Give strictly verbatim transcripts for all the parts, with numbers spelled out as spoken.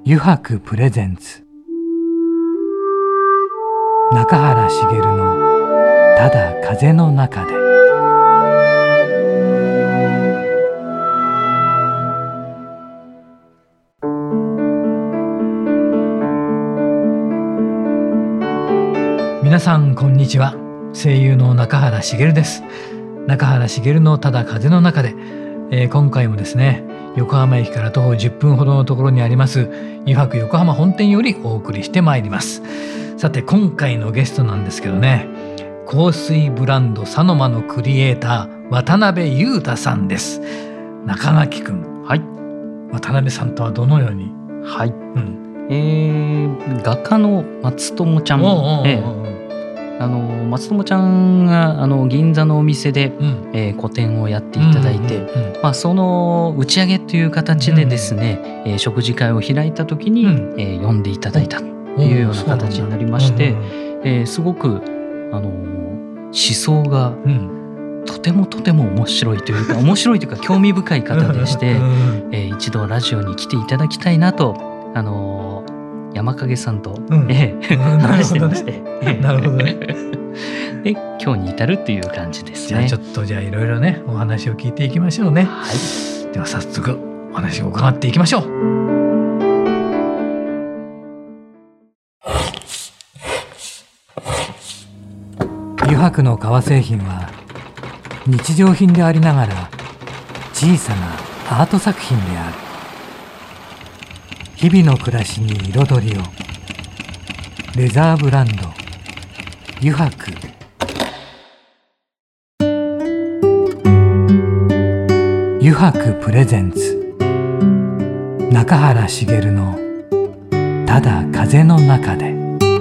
油白プレゼンツ中原茂のただ風の中で。皆さんこんにちは。声優の中原茂です。中原茂のただ風の中で、えー、今回もですね、横浜駅から徒歩じゅっぷんほどのところにあります油白横浜本店よりお送りしてまいります。さて今回のゲストなんですけどね、香水ブランドサノマのクリエイター渡辺裕太さんです。中垣くん、 はい、 渡辺さんとはどのように？ はい、うんえー、画家の松友ちゃん、おうおうおう、えーあの松友ちゃんがあの銀座のお店で、うんえー、個展をやっていただいて、うんうんうんまあ、その打ち上げという形でですね、うんえー、食事会を開いた時に、うんえー、呼んでいただいたというような形になりまして、うんえー、すごくあの思想が、うんとてもとても面白いというか面白いというか興味深い方でして、えー、一度ラジオに来ていただきたいなとあの山影さんと、うんええ、話してまして、 なるほどね。 で今日に至るっていう感じですね。 じゃあちょっとじゃあいろいろねお話を聞いていきましょうね。はい、では早速お話を伺っていきましょう。油白の革製品は日常品でありながら小さなアート作品である。日々の暮らしに彩りを。レザーブランド油白。油白プレゼンツ中原茂のただ風の中で。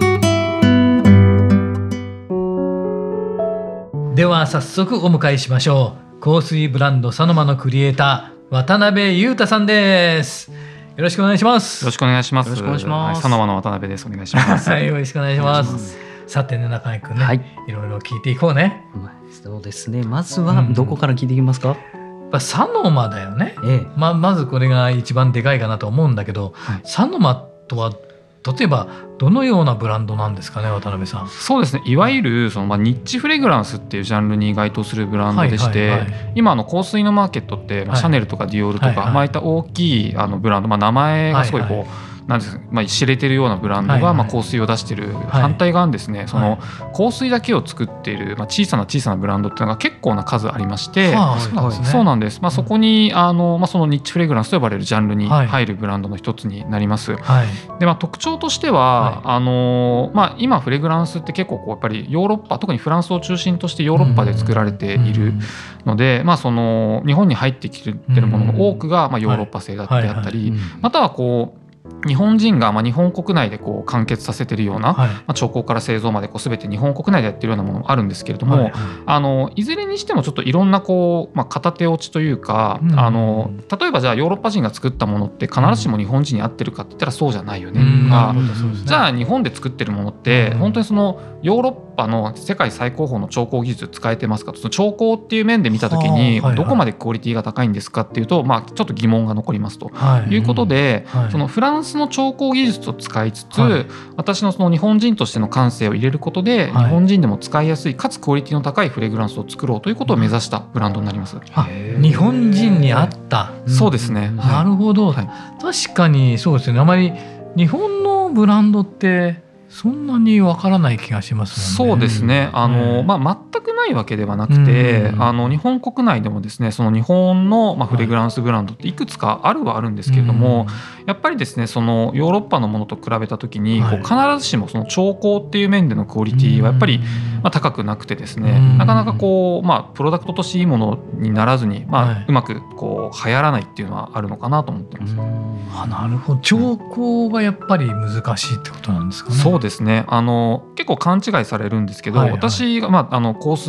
では早速お迎えしましょう。香水ブランドサノマのクリエイター渡辺裕太さんです。よろしくお願いします。 よろしくお願いします。 よろしくお願いします。 サノマの渡辺です。お願いします。 はい、よろしくお願いします。さてね、中井くんね、はい、いろいろ聞いていこうね。 そうですね。まずはどこから聞いていきますか？うん、やっぱサノマだよね。ええ、ままずこれが一番でかいかなと思うんだけど、はい、サノマとは例えばどのようなブランドなんですかね、渡辺さん。 そうですね、いわゆるそのまあニッチフレグランスっていうジャンルに該当するブランドでして、はいはいはい、今あの香水のマーケットってまあシャネルとかディオールとか、はいはいはい、まああいった大きいあのブランド、まあ、名前がすごいこう、はいはいなんですか、まあ、知れてるようなブランドがまあ香水を出している反対側にですね、その香水だけを作っているまあ小さな小さなブランドっていうのが結構な数ありまして、そうなんです。まあそこにあのまあそのニッチフレグランスと呼ばれるジャンルに入るブランドの一つになります。でまあ特徴としてはあのまあ今フレグランスって結構こうやっぱりヨーロッパ、特にフランスを中心としてヨーロッパで作られているので、まあその日本に入ってきてるものの多くがまあヨーロッパ製だったり、またはこう日本人がまあ日本国内でこう完結させているような、はいまあ、調香から製造までこう全て日本国内でやっているようなものもあるんですけれども、はいはい、あのいずれにしてもちょっといろんなこう、まあ、片手落ちというか、うん、あの例えばじゃあヨーロッパ人が作ったものって必ずしも日本人に合ってるかって言ったらそうじゃないよねとか、うん、じゃあ日本で作ってるものって本当にそのヨーロッパの世界最高峰の調香技術使えてますかと、その調香っていう面で見た時にどこまでクオリティが高いんですかっていうと、まあ、ちょっと疑問が残りますということで、はいはい、そのフランスの調香技術を使いつつ、はい、私のその日本人としての感性を入れることで、はい、日本人でも使いやすいかつクオリティの高いフレグランスを作ろうということを目指したブランドになります。 あ、日本人に合った、 うん、そうですね、 はい、なるほど、はい、確かにそうですね。あまり日本のブランドってそんなにわからない気がしますもんね。そうですね。あの、まあ、全くないわけではなくて、あの日本国内でもですね、その日本のまあフレグランスブランドっていくつかあるはあるんですけれども、やっぱりですね、そのヨーロッパのものと比べた時に、こう必ずしもその調香っていう面でのクオリティはやっぱりまあ高くなくてですね、なかなかこうまあプロダクトとしていいものにならずに、まあうまくこう流行らないっていうのはあるのかなと思ってます。 あ、なるほど。調香がやっぱり難しいってことなんですかね。 そうですね。あの結構勘違いされるんですけど、はいはい、私が、まあ、あの香水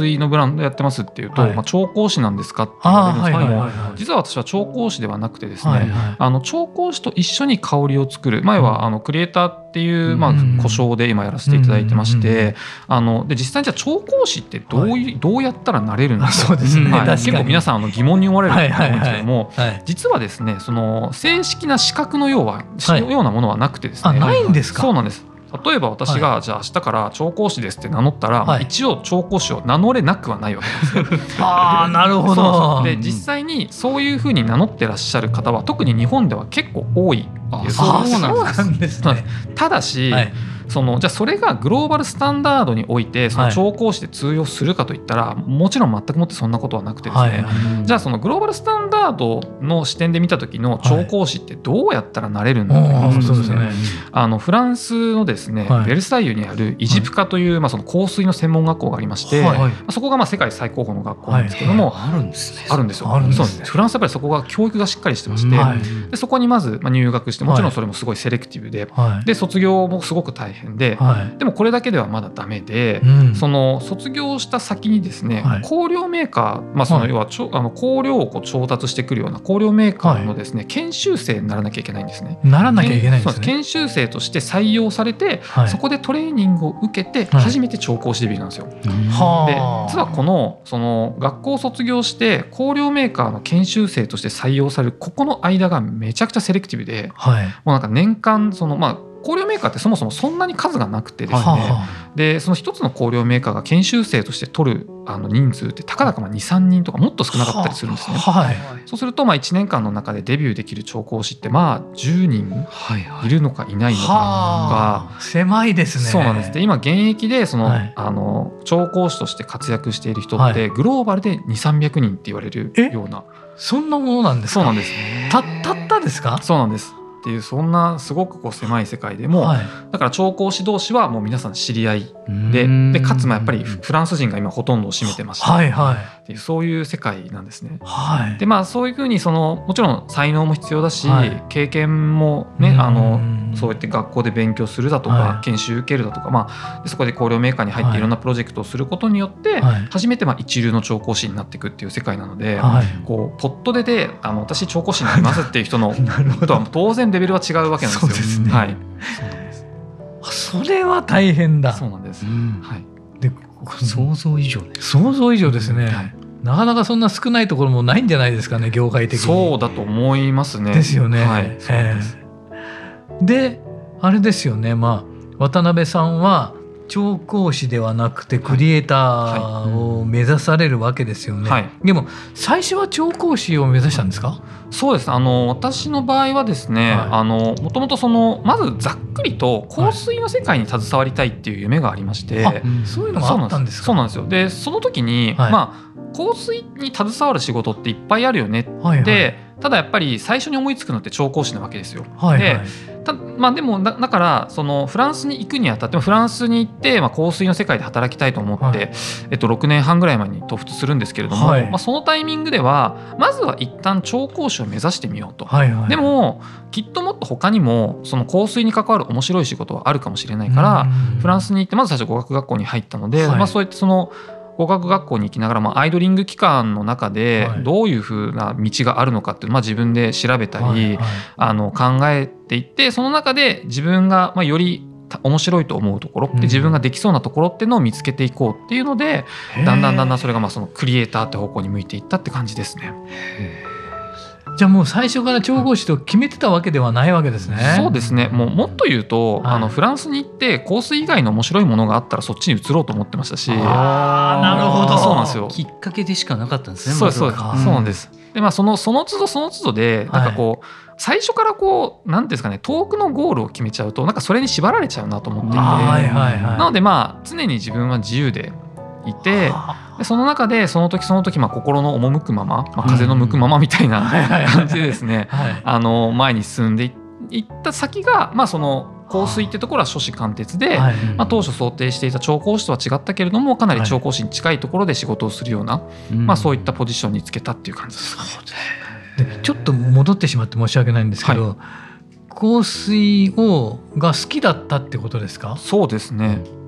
水のブランドやってますっていうと、 はい、 まあ、調香師なんですかって言われるんですけども、 はいはいはいはい、 実は私は調香師ではなくてですね、 はいはい、 あの調香師と一緒に香りを作る、前はあのクリエイターっていう、まあ、故障で今やらせていただいてまして、あので実際にじゃあ調香師ってどういう、はい、どうやったらなれるのか、 そうですね、 はい、結構皆さんあの疑問に思われると思うんですけども、 はいはいはいはい、 実はですね、その正式な資格のようは、はい、ようなものはなくてですね、 あ、ないんですか。 そうなんです。例えば私が、はい、じゃあ明日から調香師ですって名乗ったら、はい、一応調香師を名乗れなくはないわけですよ。 ああ、なるほど。 で実際にそういうふうに名乗ってらっしゃる方は特に日本では結構多い。 ああ、そうなんですね。 ただし、はい、そのじゃあそれがグローバルスタンダードにおいてその調香師で通用するかといったら、はい、もちろん全くもってそんなことはなくてですね、はいはい、じゃあそのグローバルスタンダードの視点で見た時の調香師ってどうやったらなれるんだろうかというとですね、あのフランスのですね、はい、ベルサイユにあるイジプカという、はい、まあ、その香水の専門学校がありまして、はい、そこがまあ世界最高峰の学校なんですけども、 はい、あるんですね。 あるんですよ。そうですね。フランスはやっぱりそこが教育がしっかりしてまして、はい、でそこにまずまあ入学して、もちろんそれもすごいセレクティブで、はい、で卒業もすごく大変で、はい、でもこれだけではまだダメで、うん、その卒業した先にですね、はい、香料メーカー、まあ、その要はちょ、はい、あの香料をこう調達してくるような香料メーカーのですね、はい、研修生にならなきゃいけないんですね。 ならなきゃいけないんですね。 研修生として採用されて、はい、そこでトレーニングを受けて初めて調香師デビューなんですよ。はい、で実はこの、その学校を卒業して香料メーカーの研修生として採用されるここの間がめちゃくちゃセレクティブで、はい、もうなんか年間そのまあ香料メーカーってそもそもそんなに数がなくてですね、はあ、でその一つの香料メーカーが研修生として取るあの人数ってたかだかまあにさんにんとかもっと少なかったりするんですね。はあはい、そうするとまあいちねんかんの中でデビューできる調香師ってまあじゅうにんいるのかいないのかとか、はあ、狭いですね。 そうなんです。で今現役でその、はい、あの調香師として活躍している人ってグローバルでにせんさんびゃくにんって言われるような、 そんなものなんですか。 そうなんです。 た, たったですか。 そうなんですっていう、そんなすごくこう狭い世界でも、はい、だから調香師同士はもう皆さん知り合い で, でかつもやっぱりフランス人が今ほとんどを占めてまして、はいはい、っていうそういう世界なんですね。はい、でまあそういうふうにそのもちろん才能も必要だし、はい、経験もね、あのそうやって学校で勉強するだとか、はい、研修受けるだとか、まあ、でそこで香料メーカーに入っていろんなプロジェクトをすることによって、はい、初めてまあ一流の調香師になっていくっていう世界なので、はい、こうポットでであの私調香師になりますっていう人のとは当然レベルは違うわけなんですよ。 そうですね。 はい、 そうなんです。それは大変だ。 そうなんです。うん、はい。 で想像以上ね。 想像以上ですね。はい、なかなかそんな少ないところもないんじゃないですかね、業界的に。 そうだと思いますね。 ですよね。 はい。そうです。 えー、であれですよね。まあ渡辺さんは調香師ではなくてクリエイターを目指されるわけですよね。はいはい、でも最初は調香師を目指したんですか。 そうです。あの私の場合はですね、はい、あのもともとそのまずざっくりと香水の世界に携わりたいっていう夢がありまして、はい、 そういうのがあったんですか。 そうなんですよ。でその時に、はい、まあ香水に携わる仕事っていっぱいあるよねって、はいはい、ただやっぱり最初に思いつくのって調香師なわけですよ。はいはい、でたまあ、でも だ, だからそのフランスに行くにあたってもフランスに行って、まあ、香水の世界で働きたいと思って、はいえっと、ろくねんはんぐらい前に渡仏するんですけれども、はいまあ、そのタイミングではまずは一旦調香師を目指してみようと、はいはい、でもきっともっと他にもその香水に関わる面白い仕事はあるかもしれないからフランスに行ってまず最初語学学校に入ったので、はいまあ、そうやってその語学学校に行きながら、まあ、アイドリング期間の中でどういうふうな道があるのかっていうのを、まあ、自分で調べたり、はいはい、あの考えていってその中で自分がまあより面白いと思うところって、うん、自分ができそうなところっていうのを見つけていこうっていうのでだんだんだんだんそれがまあそのクリエイターって方向に向いていったって感じですね。 へーじゃあもう最初から調香師と決めてたわけではないわけですね。 そうですね。もうもっと言うと、はい、あのフランスに行って香水以外の面白いものがあったらそっちに移ろうと思ってましたし。 あなるほど。 そうなんですよ。 きっかけでしかなかったんですね。 そうですそうです、うん、そうなんです。でまあそのその都度その都度でなんかこう、はい、最初からこうなんていうんですかね遠くのゴールを決めちゃうとなんかそれに縛られちゃうなと思っていて、はいはいはい、なのでまあ常に自分は自由でいて。でその中でその時その時まあ心の赴くまま、まあ、風の向くままみたいな感じでですね、はい、あの前に進んでいった先が、まあ、その香水ってところは初志貫徹で、はいまあ、当初想定していた調香師とは違ったけれどもかなり調香師に近いところで仕事をするような、はいまあ、そういったポジションにつけたっていう感じですかね。 でちょっと戻ってしまって申し訳ないんですけど、はい、香水をが好きだったってことですか。 そうですね。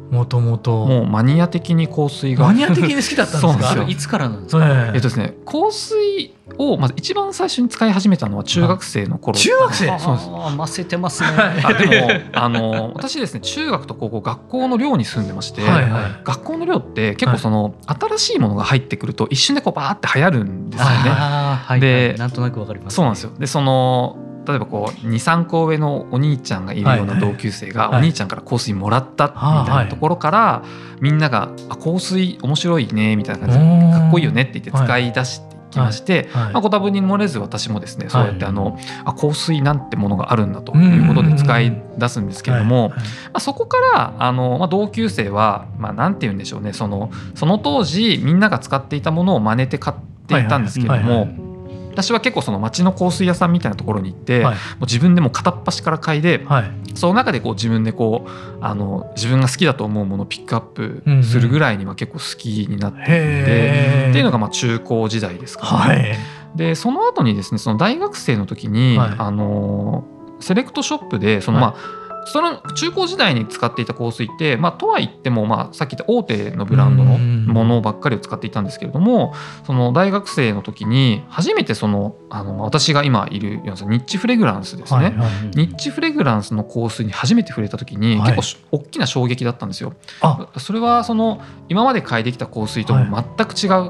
もともともうマニア的に香水がマニア的に好きだったんですか？ そうなんですよ。 いつからなんですか？ ええっとですね、香水をまず一番最初に使い始めたのは中学生の頃。 中学生？ そうです。 あませてますね。 あでもあの私ですね、中学と高校学校の寮に住んでまして、 はいはい、 学校の寮って結構その、はい、新しいものが入ってくると一瞬でこうバーって流行るんですよね。 あ、はい、で、はい、なんとなくわかります、ね。 そうなんですよ。でその例えばこう にさんこ上のお兄ちゃんがいるような同級生がお兄ちゃんから香水もらったみたいなところからみんながあ香水面白いねみたいな感じでかっこいいよねって言って使い出してきまして、まあ、ご多分に漏れず私もですねそうやってあのあ香水なんてものがあるんだということで使い出すんですけれども、まあ、そこからあの、まあ、同級生はまあなんて言うんでしょうね、そのその当時みんなが使っていたものを真似て買っていたんですけれども、私は結構その町の香水屋さんみたいなところに行って、はい、もう自分でも片っ端から嗅いで、はい、その中でこう自分でこうあの自分が好きだと思うものをピックアップするぐらいには結構好きになっていて、うんうん、っていうのがまあ中高時代ですかね。はい、でその後にですね、その大学生の時に、はい、あのセレクトショップでそのまあ、はい、その中高時代に使っていた香水って、まあ、とは言っても、まあ、さっき言った大手のブランドのものばっかりを使っていたんですけれども、その大学生の時に初めてそのあの私が今いるようなニッチフレグランスですね、はいはい、ニッチフレグランスの香水に初めて触れた時に、はい、結構大きな衝撃だったんですよ。あ、それはその今まで嗅いできた香水とも全く違う、はい、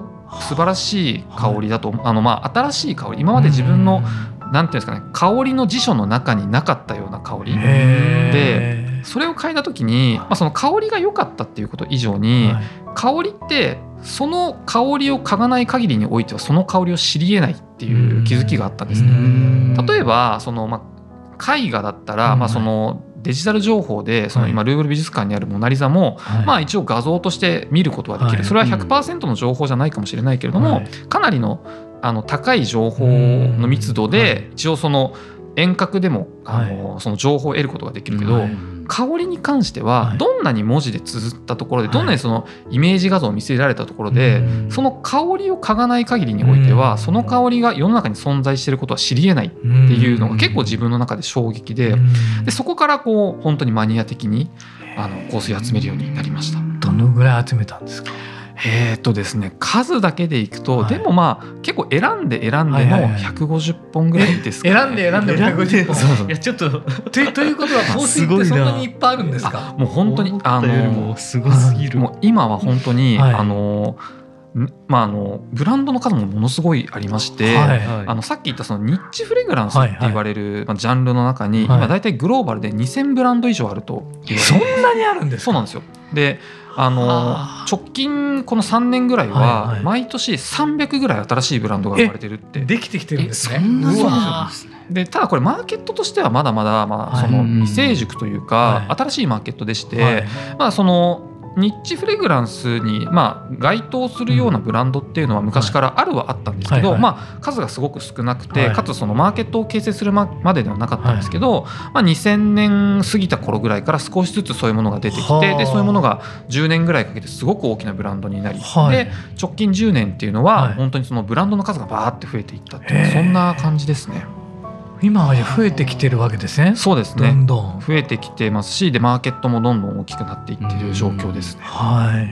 素晴らしい香りだと、はい、あのまあ新しい香り、今まで自分のなんていうんですかね、香りの辞書の中になかったような香りで、それを嗅いだ時に、まあ、その香りが良かったっていうこと以上に、はい、香りってその香りを嗅がない限りにおいてはその香りを知り得ないっていう気づきがあったんですね。例えばその、まあ、絵画だったら、まあ、そのデジタル情報でその今ルーブル美術館にあるモナリザも、はい、まあ、一応画像として見ることはできる、はい、それは ひゃくパーセント の情報じゃないかもしれないけれども、はい、かなりのあの高い情報の密度で一応その遠隔でもあのその情報を得ることができるけど、香りに関してはどんなに文字で綴ったところでどんなにそのイメージ画像を見せられたところでその香りを嗅がない限りにおいてはその香りが世の中に存在していることは知り得ないっていうのが結構自分の中で衝撃で、でそこからこう本当にマニア的にあの香水を集めるようになりました。 どのぐらい集めたんですか？ えーとですね、数だけでいくと、はい、でもまあ結構選んで選んでのひゃくごじゅっぽんぐらいですかね。 選んで選んでひゃくごじゅっぽん。 そうそう、いやちょっととということは香水ってそんなにいっぱいあるんですか？ もう本当にあのすごすぎる。 もう今は本当に、はい、あのまあ、あのブランドの数もものすごいありまして、はいはい、あのさっき言ったそのニッチフレグランスって言われる、はいはい、ジャンルの中に、はい、今だいたいグローバルでにせんブランド以上あると言われて、 そんなにあるんですか？ そうなんですよ。であの直近このさんねんぐらいは毎年さんびゃくぐらい新しいブランドが生まれてるってできてきてるんですね。 そんなそうなんですね。 でただこれマーケットとしてはまだまだ、まあ、その未成熟というか、はい、新しいマーケットでして、はい、まあそのニッチフレグランスにまあ該当するようなブランドっていうのは昔からあるはあったんですけど、まあ数がすごく少なくて、かつそのマーケットを形成するまでではなかったんですけど、まあにせんねん過ぎた頃ぐらいから少しずつそういうものが出てきて、でそういうものがじゅうねんぐらいかけてすごく大きなブランドになり、で直近じゅうねんっていうのは本当にそのブランドの数がバーって増えていったっていう、そんな感じですね。 今は増えてきてるわけですね。 そうですね。 どんどん増えてきてますし、でマーケットもどんどん大きくなっていっている状況ですね。 はい。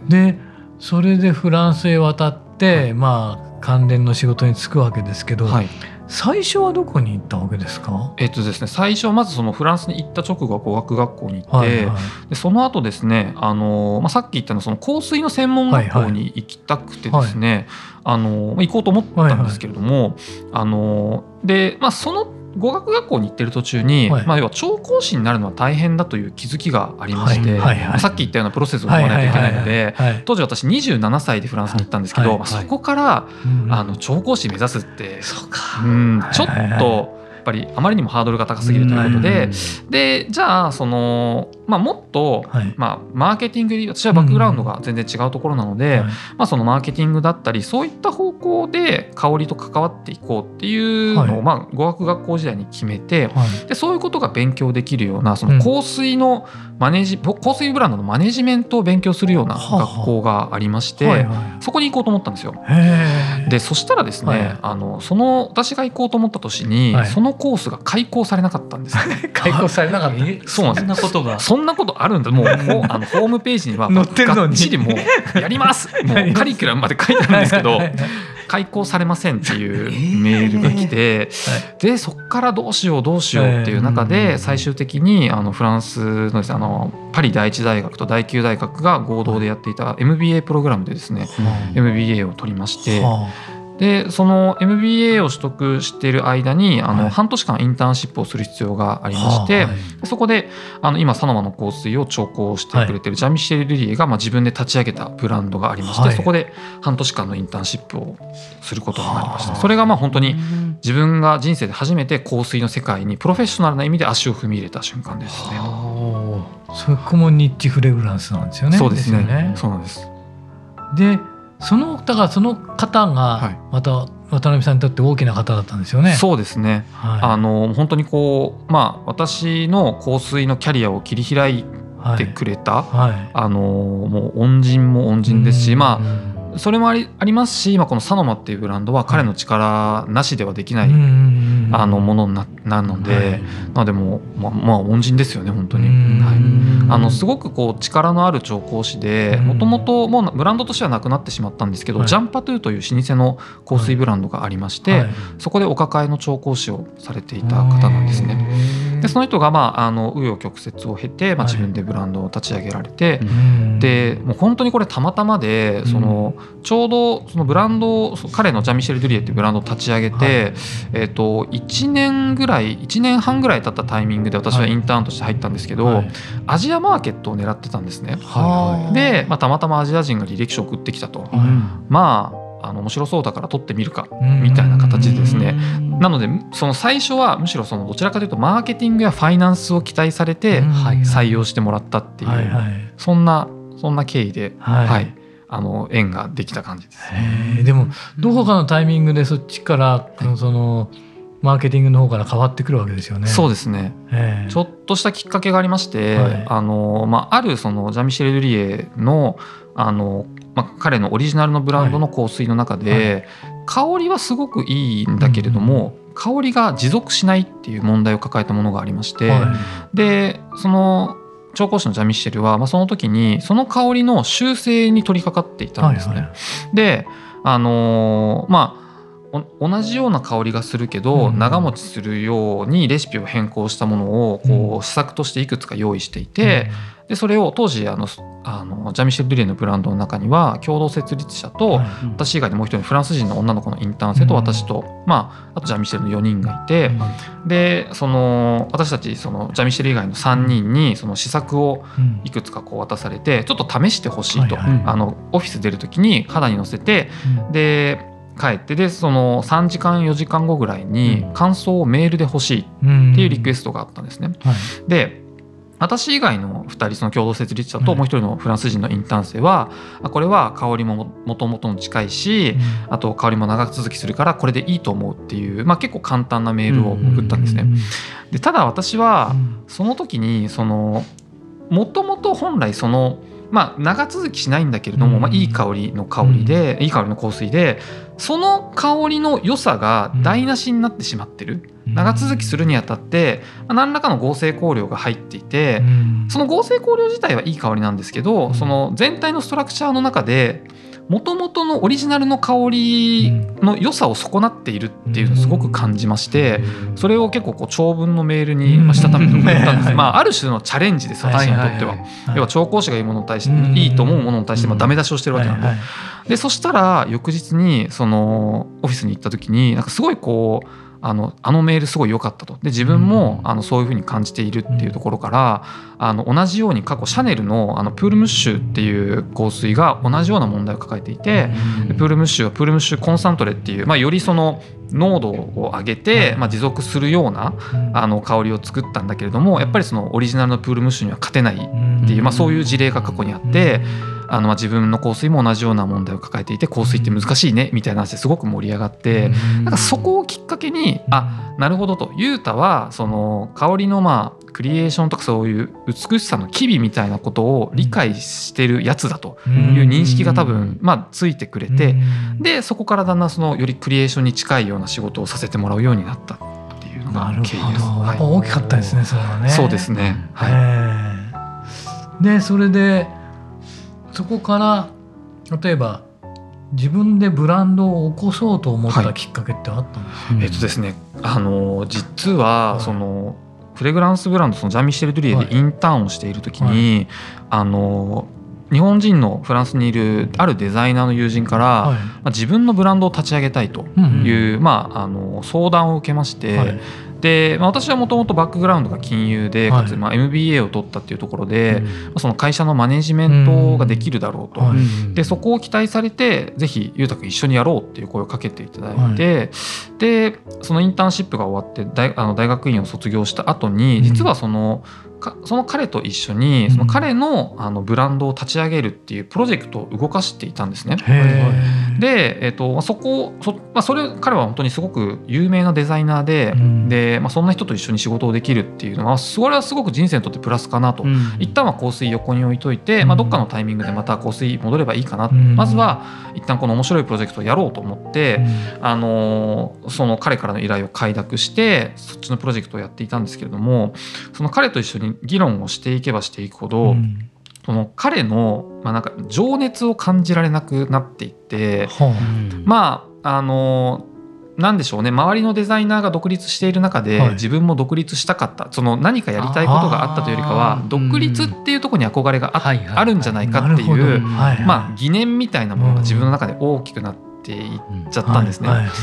でそれでフランスへ渡って、はい、まあ関連の仕事に就くわけですけど、はい、最初はどこに行ったわけですか？ えっとですね、最初はまずそのフランスに行った直後は語学学校に行って、はいはい、でその後ですね、あの、まあ、さっき言ったのその香水の専門学校に行きたくてですね、はいはい、あの行こうと思ったんですけれども、はいはい、あので、まあ、その語学学校に行ってる途中に、はい、まあ、要は調香師になるのは大変だという気づきがありまして、はいはいはい、さっき言ったようなプロセスを踏まないといけないので、当時私にじゅうななさいでフランスに行ったんですけど、はいはい、そこから、うん、あの調香師目指すって、 そうか、 うん、ちょっとやっぱりあまりにもハードルが高すぎるということで、うん、でじゃあその、まあ、もっと、はい、まあ、マーケティングで私はバックグラウンドが全然違うところなので、うん、まあ、そのマーケティングだったりそういった方向で香りと関わっていこうっていうのを、はい、まあ、語学学校時代に決めて、はい、でそういうことが勉強できるようなその香水のマネジ、うん、香水ブランドのマネジメントを勉強するような学校がありまして、はいはい、そこに行こうと思ったんですよ。でそしたらですね、はい、あのその私が行こうと思った年に、はい、そのコースが開講されなかったんですよね。 開講されなかった。 そうなんです。 そんなことがそんなことあるんだ。もうあのホームページには載ってるのにがっちりもうやりますもうカリキュラムまで書いてあるんですけど開講されませんっていうメールが来て、でそこからどうしようどうしようっていう中で最終的にあのフランスのですね、あのパリ第一大学と第九大学が合同でやっていた エムビーエー プログラムでですね、エムビーエー を取りまして、でその エムビーエー を取得している間にあの半年間インターンシップをする必要がありまして、そこであの今サノマの香水を調香してくれているジャンミシェル・ルリエがまあ自分で立ち上げたブランドがありまして、そこで半年間のインターンシップをすることになりました。それがまあ本当に自分が人生で初めて香水の世界にプロフェッショナルな意味で足を踏み入れた瞬間ですね。 そこもニッチフレグランスなんですよね。 そうですね。そうなんです。 でそのだからその方がまた渡辺さんにとって大きな方だったんですよね。 そうですね、はい、あの本当にこう、まあ、私の香水のキャリアを切り開いてくれた、はいはい、あのもう恩人も恩人ですし、まあそれもあり、ありますし、まあ、このサノマっていうブランドは彼の力なしではできない、はい、あのものに な, なるので、はい、まあでもまあ、まあ、恩人ですよね本当に、はい、あのすごくこう力のある調香師でもともともうブランドとしてはなくなってしまったんですけど、はい、ジャンパトゥーという老舗の香水ブランドがありまして、はいはい、そこでお抱えの調香師をされていた方なんですね。でその人がまああの紆余曲折を経て、まあ、自分でブランドを立ち上げられて、はい、でもう本当にこれたまたまでそのちょうどそのブランドを彼のジャンミシェル・ドゥリエっていうブランドを立ち上げて、はい、えー、といちねんぐらいいちねんはんぐらい経ったタイミングで私はインターンとして入ったんですけど、はい、アジアマーケットを狙ってたんですね。はい、で、まあ、たまたまアジア人が履歴書を送ってきたと、はい、まああの面白そうだから取ってみるかみたいな形でですね、なのでその最初はむしろそのどちらかというとマーケティングやファイナンスを期待されて採用してもらったっていう、はいはい、そんなそんな経緯で、はいはい、あの縁ができた感じです。 へでもどこかのタイミングでそっちからそのマーケティングの方から変わってくるわけですよね。 そうですね。ちょっとしたきっかけがありまして、はい、あのまあ、あるそのジャンミシェル・ドゥリエのあのまあ、彼のオリジナルのブランドの香水の中で、はいはい、香りはすごくいいんだけれども、うん、香りが持続しないっていう問題を抱えたものがありまして、はい、でその調香師のジャンミシェルは、まあ、その時にその香りの修正に取り掛かっていたんですね。はいはい、であのー、まあ同じような香りがするけど長持ちするようにレシピを変更したものをこう施策としていくつか用意していて、でそれを当時あのあのジャンミシェル・ドゥリエのブランドの中には共同設立者と私以外でもう一人フランス人の女の子のインターン生と私と、まあ、あとジャンミシェルのよにんがいて、でその私たちそのジャンミシェル以外のさんにんにその試作をいくつかこう渡されてちょっと試してほしいと、あのオフィス出る時に肌に乗せてで帰ってでそのさんじかんよじかんごぐらいに感想をメールで欲しいっていうリクエストがあったんですね。で私以外のふたりその共同設立者ともう一人のフランス人のインターン生はこれは香りももともとの近いしあと香りも長続きするからこれでいいと思うっていう、まあ、結構簡単なメールを送ったんですね。でただ私はその時にそのもともと本来そのまあ長続きしないんだけれども、まあ、いい香りの香りでいい香りの香水でその香りの良さが台無しになってしまってる。長続きするにあたって何らかの合成香料が入っていてその合成香料自体はいい香りなんですけどその全体のストラクチャーの中で元々のオリジナルの香りの良さを損なっているっていうのをすごく感じましてそれを結構こう長文のメールにしたためて送ったんです。まあある種のチャレンジです私にとっては。要は調香師がいいものに対していいと思うものに対してダメ出しをしてるわけなんで。でそしたら翌日にそのオフィスに行った時になんかすごいこうあの、あのメールすごい良かったと。で自分もあのそういう風に感じているっていうところからあの同じように過去シャネル の, あのプールムッシュっていう香水が同じような問題を抱えていてプールムッシュはプールムッシュコンサントレっていう、まあ、よりその濃度を上げて、まあ、持続するようなあの香りを作ったんだけれどもやっぱりそのオリジナルのプールムッシュには勝てないっていう、まあ、そういう事例が過去にあってあのまあ自分の香水も同じような問題を抱えていて香水って難しいねみたいな話ですごく盛り上がってなんかそこをきっかけにあなるほどとユータはその香りのまあクリエーションとかそういう美しさの機微みたいなことを理解してるやつだという認識が多分まあついてくれてでそこからだんだんそのよりクリエーションに近いような仕事をさせてもらうようになったっていういうのが経緯です。 なるほど、やっぱ大きかったですね、それはね。 そうですね、はい、 えー、でそれでそこから例えば自分でブランドを起こそうと思ったきっかけってあったんですか？ はい、えっとですね、あの実はそのフレグランスブランド、そのジャン・ミシェル・ドゥリエでインターンをしている時に、はい、あの日本人のフランスにいるあるデザイナーの友人から、はい、まあ、自分のブランドを立ち上げたいという、うんうん、まあ、あの相談を受けまして、はい、でまあ、私はもともとバックグラウンドが金融で、かつまあ エムビーエー を取ったっていうところで、はい、その会社のマネジメントができるだろうと、はい、でそこを期待されてぜひ裕太君一緒にやろうっていう声をかけていただいて、はい、でそのインターンシップが終わって大、あの大学院を卒業した後に、実はそのその彼と一緒にその彼 の, あのブランドを立ち上げるっていうプロジェクトを動かしていたんですね。で、えーと、そこ そ,、まあ、それ彼は本当にすごく有名なデザイナー で,、うん、でまあ、そんな人と一緒に仕事をできるっていうのはそれはすごく人生にとってプラスかなと、うん、一旦は香水横に置いといて、まあ、どっかのタイミングでまた香水戻ればいいかな、うん、まずは一旦この面白いプロジェクトをやろうと思って、うん、あのその彼からの依頼を快諾してそっちのプロジェクトをやっていたんですけれども、その彼と一緒に議論をしていけばしていくほど、うん、その彼の、まあ、なんか情熱を感じられなくなっていって、うん、まああのなんでしょうね、周りのデザイナーが独立している中で、はい、自分も独立したかった、その何かやりたいことがあったというよりかは独立っていうところに憧れが あ,、うん、あるんじゃないかっていう、まあ、疑念みたいなものが自分の中で大きくなっていっちゃったんですね。うん、はいはい、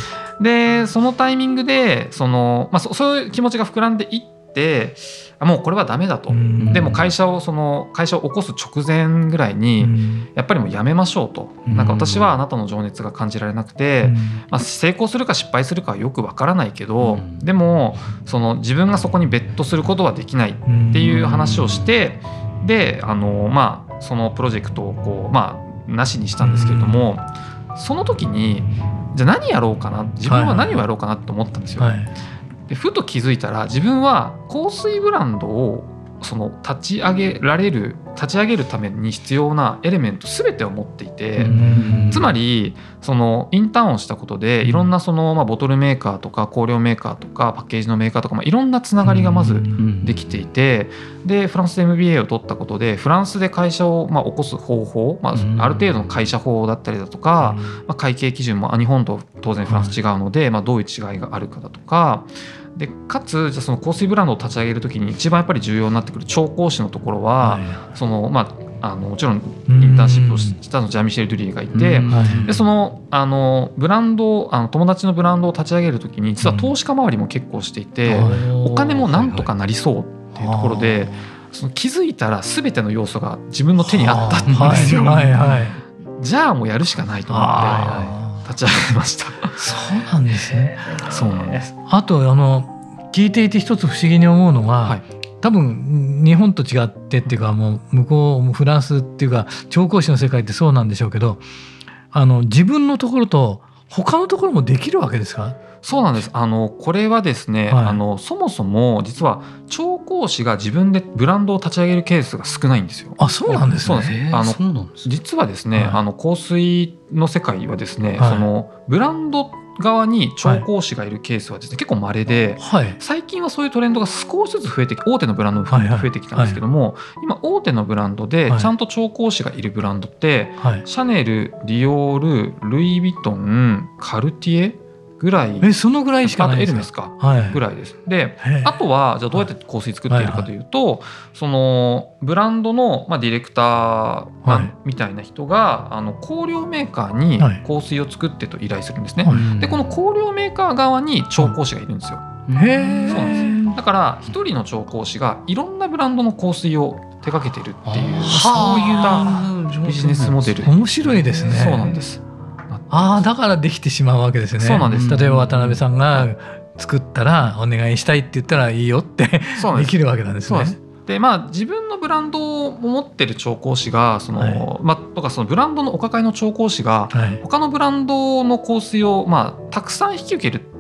でそのタイミングでその、まあ、そ, そういう気持ちが膨らんでいってでもうこれはダメだと、うん、でも会社をその会社を起こす直前ぐらいに、うん、やっぱりもうやめましょうと、うん、なんか私はあなたの情熱が感じられなくて、うん、まあ、成功するか失敗するかはよくわからないけど、うん、でもその自分がそこにベットすることはできないっていう話をして、であの、まあ、そのプロジェクトをこう、まあ、なしにしたんですけれども、その時にじゃあ何やろうかな、自分は何をやろうかなと思ったんですよ。はいはい、でふと気づいたら自分は香水ブランドをその立ち上げられる立ち上げるために必要なエレメント全てを持っていて、つまりそのインターンをしたことでいろんなそのまあボトルメーカーとか香料メーカーとかパッケージのメーカーとかまあいろんなつながりがまずできていて、でフランスで エムビーエー を取ったことでフランスで会社をまあ起こす方法、まあ、ある程度の会社法だったりだとか、まあ、会計基準も日本と当然フランス違うので、まあどういう違いがあるかだとかで、かつじゃその香水ブランドを立ち上げるときに一番やっぱり重要になってくる調香師のところは、はい、そのまああのもちろんインターンシップをしたのジャン・ミシェル・ドゥリエがいて、でそのあのブランドあの友達のブランドを立ち上げるときに実は投資家周りも結構していて、お金もなんとかなりそうっていうところで、その気づいたら全ての要素が自分の手にあったんですよ。はいはい、じゃあもうやるしかないと思って立ち上げました。 そうなんですね。 そうなんです。 あとあの聞いていて一つ不思議に思うのは、はい、多分日本と違ってっていうかもう向こうフランスっていうか調香師の世界ってそうなんでしょうけど、あの自分のところと他のところもできるわけですか？ そうなんです。あのこれはですね、はい、あのそもそも実は調香師が自分でブランドを立ち上げるケースが少ないんですよ。 あ、そうなんですね。 あの実はですね、はい、あの香水の世界はですね、はい、そのブランド側に調香師がいるケースはですね、はい、結構稀で、はい、最近はそういうトレンドが少しずつ増えてき大手のブランドも含めて増えてきたんですけども、はいはい、今大手のブランドでちゃんと調香師がいるブランドって、はい、シャネル、ディオール、ルイ・ヴィトン、カルティエぐらい、 えそのぐらいしかないですか？ あとエルメスか、はい、ぐらいです。で、あとはじゃあどうやって香水作っているかというと、はいはい、そのブランドの、まあ、ディレクター、はい、みたいな人があの香料メーカーに香水を作ってと依頼するんですね。はい、でこの香料メーカー側に調香師がいるんですよ。へそうなんです。だから一人の調香師がいろんなブランドの香水を手掛けてるっていうそういったビジネスモデル。 面白いですね。 そうなんです。 ああ、だからできてしまうわけですね。 そうなんです。 例えば渡辺さんが作ったらお願いしたいって言ったらいいよってできるわけなんですね。そうです。 でまあ、自分のブランドを持ってる調香師がその、はいまあ、とかそのブランドのお抱えの調香師が他のブランドの香水を、まあ、たくさん引き受けるっ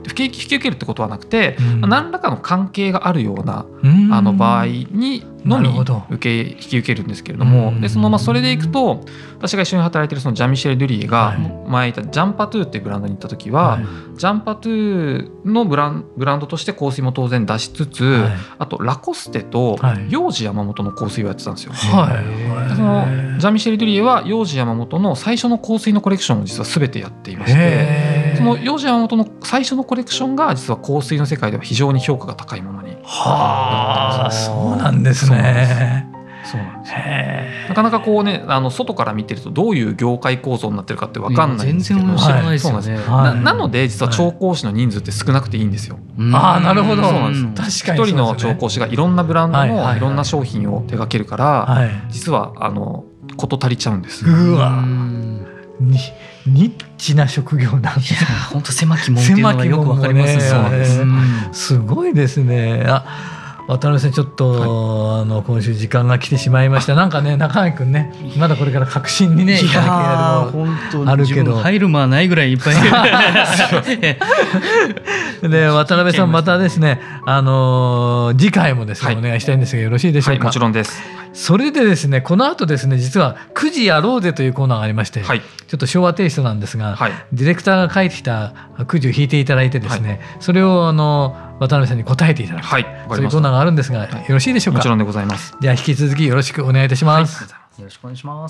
不景気引き受けるってことはなくて、 うん、 何らかの関係があるような、 うん、 あの場合にのみ受け引き受けるんですけれども、うん、でそのまあそれでいくと私が一緒に働いているそのジャン・ミシェル・デュリエが前いたジャンパトゥーっていうブランドに行った時は、はい、ジャンパトゥーのブラン、ブランドとして香水も当然出しつつ、はい、あとラコステとヨウジヤマモトの香水をやってたんですよ、はい、でそのジャン・ミシェル・デュリエはヨウジヤマモトの最初の香水のコレクションを実は全てやっていまして、そのヨウジヤマモトの最初のコレクションが実は香水の世界では非常に評価が高いものになってはあ、そうなんですね。 そうなんですよ。なかなかこうね、あの外から見てるとどういう業界構造になってるかって分かんないんですけど、 全然知らないですよね。 な, なので実は調香師の人数って少なくていいんですよ。 ああ、なるほど。 そうなんです。確かに一人の調香師がいろんなブランドのいろんな商品を手掛けるから、はいはい、実はあのこと足りちゃうんです。 うわにニッチな職業なんです。 本当狭き門っていうのがよくわかりますね。そうなんです。 すごいですね。あ、渡辺さんちょっと、はい、あの今週時間が来てしまいました。なんかね、中井くんね、まだこれから確信にねいかなきゃいけないのもあるけど、 入る間ないぐらいいっぱいで渡辺さんまたですね、あのー、次回もですね、はい、お願いしたいんですがよろしいでしょうか。 はい、もちろんです。 それでですね、この後ですね、実はくじやろうぜというコーナーがありまして、はい、ちょっと昭和テイストなんですが、はい、ディレクターが書いてきたくじを引いていただいてですね、はい、それをあの渡辺さんに答えていただく、はい、そういうコーナーがあるんですが、はい、よろしいでしょうか。 もちろんでございます。 では引き続きよろしくお願いいたします。 はい、よろしくお願いします。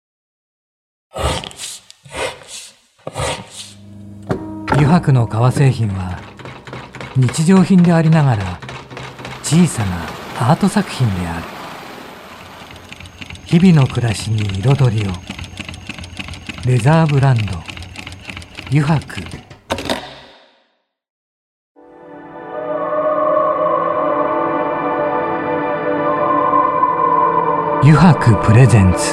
油白の革製品は日常品でありながら小さなアート作品である。日々の暮らしに彩りを。レザーブランド油白。油白プレゼンツ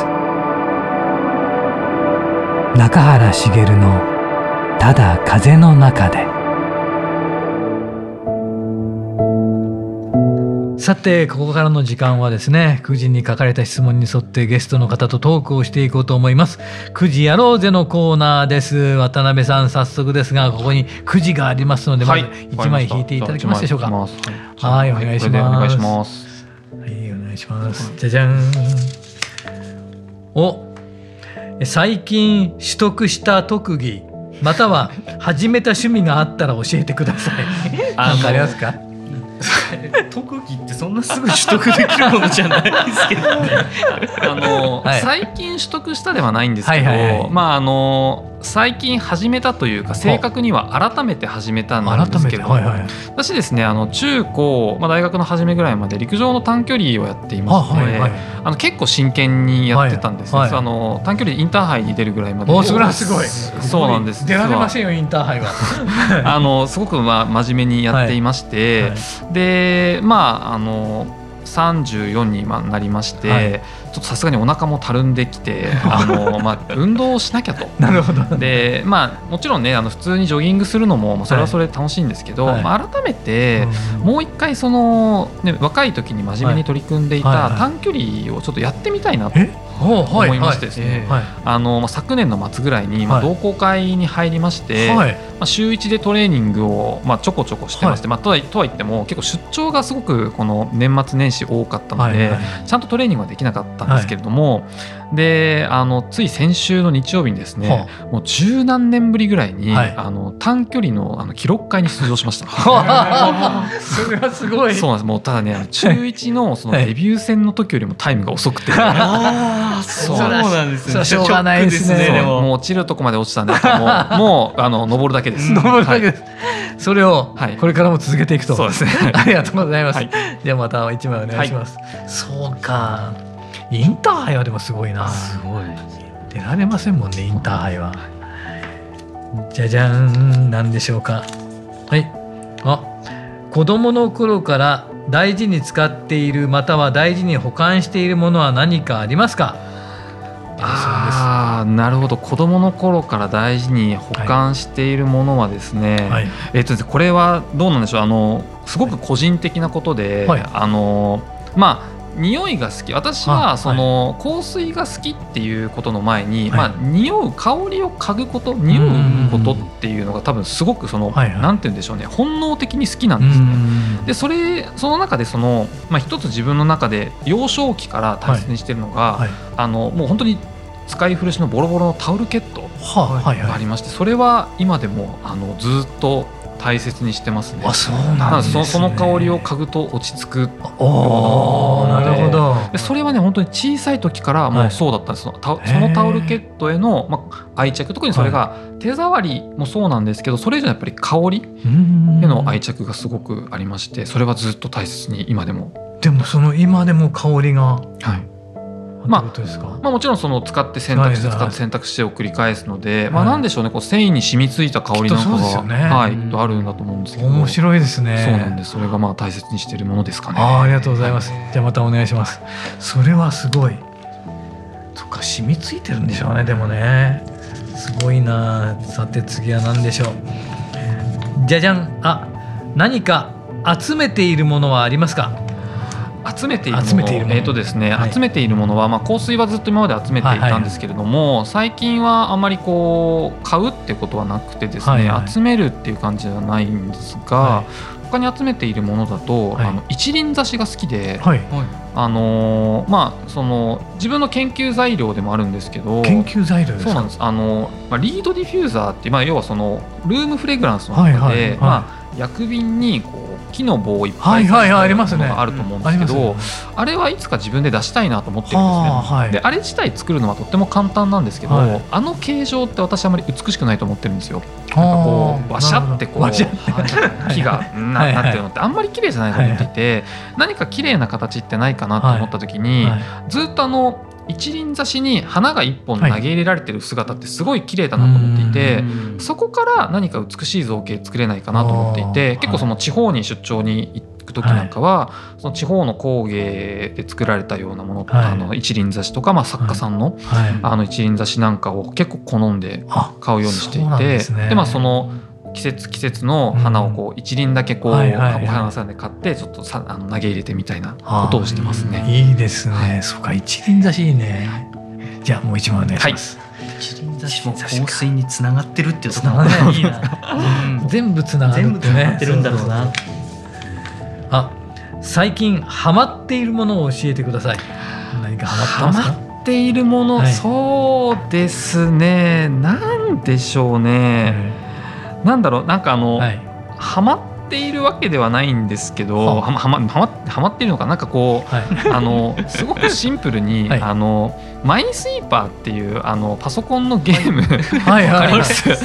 中原茂のただ風の中で。さてここからの時間はですね、くじに書かれた質問に沿ってゲストの方とトークをしていこうと思います。くじやろうぜのコーナーです。渡辺さん早速ですがここにくじがありますので、まずいちまい引いていただけますでしょうか。はい、お願いします。 お願いします。 はい、お願いします。じゃじゃん。お、最近取得した特技または始めた趣味があったら教えてください。何かありますか？ 特技ってそんなすぐ取得できるものじゃないですけどね。 あの、はい、最近取得したではないんですけど、はいはいはい、まああの最近始めたというか正確には改めて始めたんですけど、はいはい、私ですね、あの中高、まあ、大学の初めぐらいまで陸上の短距離をやっていまして、はいはい、あの結構真剣にやってたんですね、はいはい、あの短距離でインターハイに出るぐらいまで。 お、それはすごい。 そうなんです。 出られませんよインターハイは。 あのすごく、まあ、真面目にやっていまして、はいはい、でまああのさんじゅうよんに今なりまして、はい、ちょっとさすがにお腹もたるんできてあの、まあ、運動をしなきゃと。 なるほど。 で、まあ、もちろんねあの普通にジョギングするのもそれはそれで楽しいんですけど、はい、まあ、改めてもう一回その、ね、若い時に真面目に取り組んでいた短距離をちょっとやってみたいなと思いましてですね、あの、まあ、昨年の末ぐらいに、まあ、同好会に入りまして、はい、まあ、週いちでトレーニングを、まあ、ちょこちょこしてまして、はい、まあ、とは、とは言っても結構出張がすごくこの年末年始多かったので、はいはい、ちゃんとトレーニングはできなかったんですけれども、はい、であのつい先週の日曜日にですね、はあ、もう十何年ぶりぐらいに、はい、あの短距離 の, あの記録会に出場しました。 それはすごい。 そうなんです。もうただね、中いち の, そのデビュー戦の時よりもタイムが遅くて、 あそうなんですね。 しょうがないですね。 でももう落ちるとこまで落ちたんで、もうもうあの登るだけです。 登るだけです。はい、それをこれからも続けていくと。 そうですね。 ありがとうございます。はい、ではまた一枚お願いします。はい、そうか。インターハイはでもすごいな。 すごい。 出られませんもんねインターハイは。じゃじゃん、なんでしょうか。はい。あ、子供の頃から大事に使っているまたは大事に保管しているものは何かありますか？ ああ、なるほど。子供の頃から大事に保管しているものはですね、はいはい、えっとこれはどうなんでしょう。あのすごく個人的なことで、はい、あのまあ匂いが好き、私はその香水が好きっていうことの前に、まあ、匂う香りを嗅ぐこと、匂うことっていうのが多分すごくその、なんて言うんでしょうね、本能的に好きなんですね。でそれその中でその、まあ、一つ自分の中で幼少期から大切にしてるのが、あのもう本当に使い古しのボロボロのタオルケットがありまして、それは今でもあのずっと大切にしてますね。 あ、そうなんですね。 その香りを嗅ぐと落ち着く。 おー、なるほど。 でそれはね本当に小さい時からもうそうだったんです。はい、そのタオルケットへの、まあ、愛着、特にそれが手触りもそうなんですけど、それ以上やっぱり香りへの愛着がすごくありまして、それはずっと大切に今でも。 でもその今でも香りが、はい。 まあ、まあもちろんその使って選択して使って選択してを繰り返すので、まあなんでしょうね、こう繊維に染みついた香りなんかが、はい、あるんだと思うんですけど。 面白いですね。 そうなんです。それがまあ大切にしているものですかね。 あ、ありがとうございます。じゃあまたお願いします。それはすごい。そっか、染みついてるんでしょうね。でもね、すごいな。さて次は何でしょう。じゃじゃん。あ、何か集めているものはありますか？ 集めているもの、えーとですね、はい、集めているものは、まあ、香水はずっと今まで集めていたんですけれども、はいはい、最近はあんまりこう買うってことはなくてですね、はいはい、集めるっていう感じではないんですが、はい、他に集めているものだと、はい、あの一輪挿しが好きで、はい、あのー、まあその自分の研究材料でもあるんですけど、 研究材料ですか？ そうなんです。あの、まあ、リードディフューザーって、まあ、要はそのルームフレグランスの中で、はいはいはい、まあ、薬瓶にこう木の棒をいっぱい刺したものがあると思うんですけど、あれはいつか自分で出したいなと思ってるんですね。はい、であれ自体作るのはとっても簡単なんですけど、はい、あの形状って私あまり美しくないと思ってるんですよ。なんかこうバシャってこう木がななってるのってあんまり綺麗じゃないと思っていて、はいはい、何か綺麗な形ってないかなと思った時に、はいはい、ずっとあの一輪挿しに花が一本投げ入れられてる姿ってすごい綺麗だなと思っていて、はい、そこから何か美しい造形作れないかなと思っていて、結構その地方に出張に行く時なんかは、はい、その地方の工芸で作られたようなものとか、はい、あの一輪挿しとか、まあ、作家さんの、はい、あの一輪挿しなんかを結構好んで買うようにしていて、で、まあその季節季節の花をこう一輪だけこうお花屋さんで買ってちょっとさあの投げ入れてみたいなことをしてますね。 いいですね、はい、そうか、一輪挿しいいね。じゃあもう一枚お願いします。 はい、一輪挿しも香水につながってるっていうのがいいな。 うん、全部つながるってね、全部つながってるんだろうな。あ、最近ハマっているものを教えてください。何かハマってますか？ ハマっているもの、はい、そうですね、なんでしょうね、はい、なんだろう、なんかあの、はい、ハマっているわけではないんですけど、ははまはまはまっているのかなんかこう、はい、あのすごくシンプルに、はい、あのマインスイーパーっていうあのパソコンのゲーム、はい、わかります？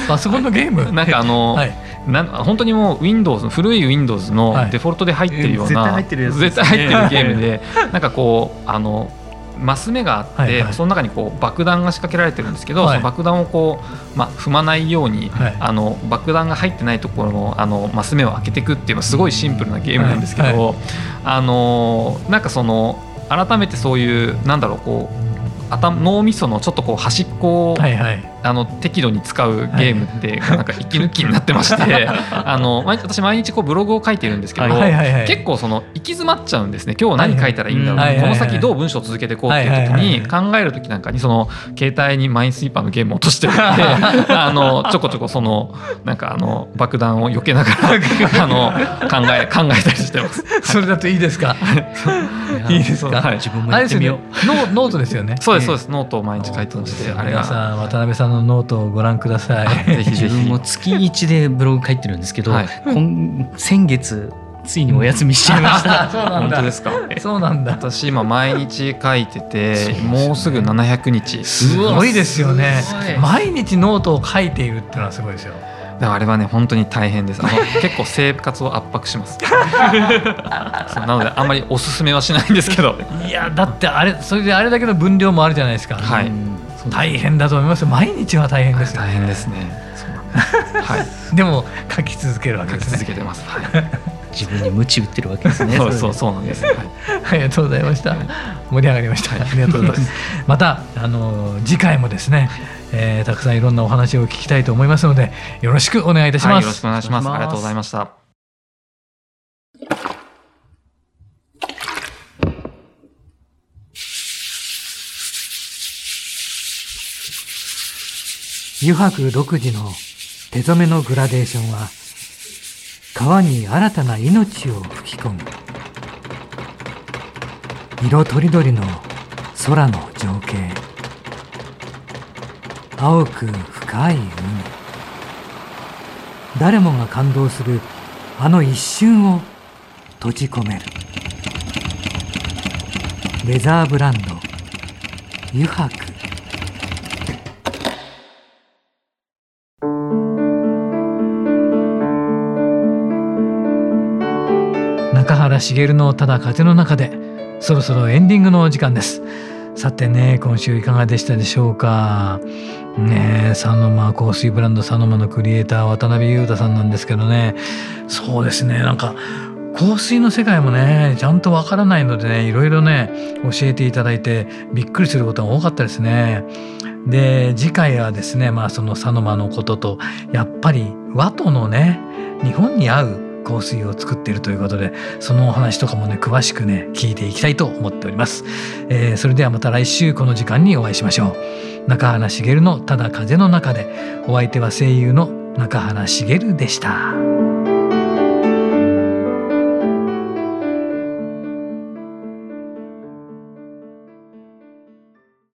パソコンのゲームなんかあの、はい、なん本当にもう Windows 古い Windows のデフォルトで入ってるような、 はい、絶対入ってるやつ、 絶対入ってるゲームで、なんかこうあのマス目があって、はいはい、その中にこう爆弾が仕掛けられてるんですけど、はい、その爆弾をこう、まあ、踏まないように、はい、あの爆弾が入ってないところの、あのマス目を開けていくっていうのはすごいシンプルなゲームなんですけど、はいはい、あのなんかその改めてそういうなんだろうこう頭脳みそのちょっとこう端っこを、はいはい、あの適度に使うゲームってなんか息抜きになってまして、はい、あの私毎日こうブログを書いてるんですけど、はいはいはい、結構その行き詰まっちゃうんですね。今日何書いたらいいんだろう、はいはい、この先どう文章を続けていこうっていう時に考える時なんかにその携帯にマインスイーパーのゲームを落としておいてあのちょこちょこそのなんかあの爆弾を避けながらあの考え考えたりしてます。 それだといいですか？いいですか？ はい、自分もやってみよう。 ノノートですよね。 そうですそうです。ノートを毎日書いてまして、あれが皆さん渡辺さんのノートをご覧ください。 ぜひぜひ。自分も月一でブログ書いてるんですけど、はい、今先月ついにお休みしちゃいました。 そうなんだ。 本当ですか？ そうなんだ。 私今毎日書いてて、もうすぐななひゃくにち。 すごいですよね。毎日ノートを書いているっていうのはすごいですよ。 だからあれはね本当に大変です。あの結構生活を圧迫します。なのであんまりおすすめはしないんですけど。 いやだってあれそれであれだけの分量もあるじゃないですか。 はい。 大変だと思います。毎日は大変ですよね。 大変ですね。そうなんです。はい。 でも書き続けるわけですね。 書き続けてます。はい。 自分に鞭打ってるわけですね。 そうそうそうなんです。はい、 ありがとうございました。盛り上がりました。はい、ありがとうございます。またあの次回もですね、えー、たくさんいろんなお話を聞きたいと思いますのでよろしくお願いいたします。はい、 よろしくお願いします。ありがとうございました。 油白独自の手染めのグラデーションは川に新たな命を吹き込む。色とりどりの空の情景、青く深い海、誰もが感動するあの一瞬を閉じ込める。レザーブランド油白。中原茂のただ風の中で、そろそろエンディングのお時間です。さてね、今週いかがでしたでしょうかね。えサノマ香水ブランドサノマのクリエイター渡辺裕太さんなんですけどね、そうですね、なんか香水の世界もねちゃんとわからないのでね、いろいろね教えていただいてびっくりすることが多かったですね。で次回はですね、まあそのサノマのことと、やっぱり和とのね日本に合う香水を作っているということで、そのお話とかもね詳しくね聞いていきたいと思っております。えー、それではまた来週この時間にお会いしましょう。中原茂のただ風の中で、お相手は声優の中原茂でした。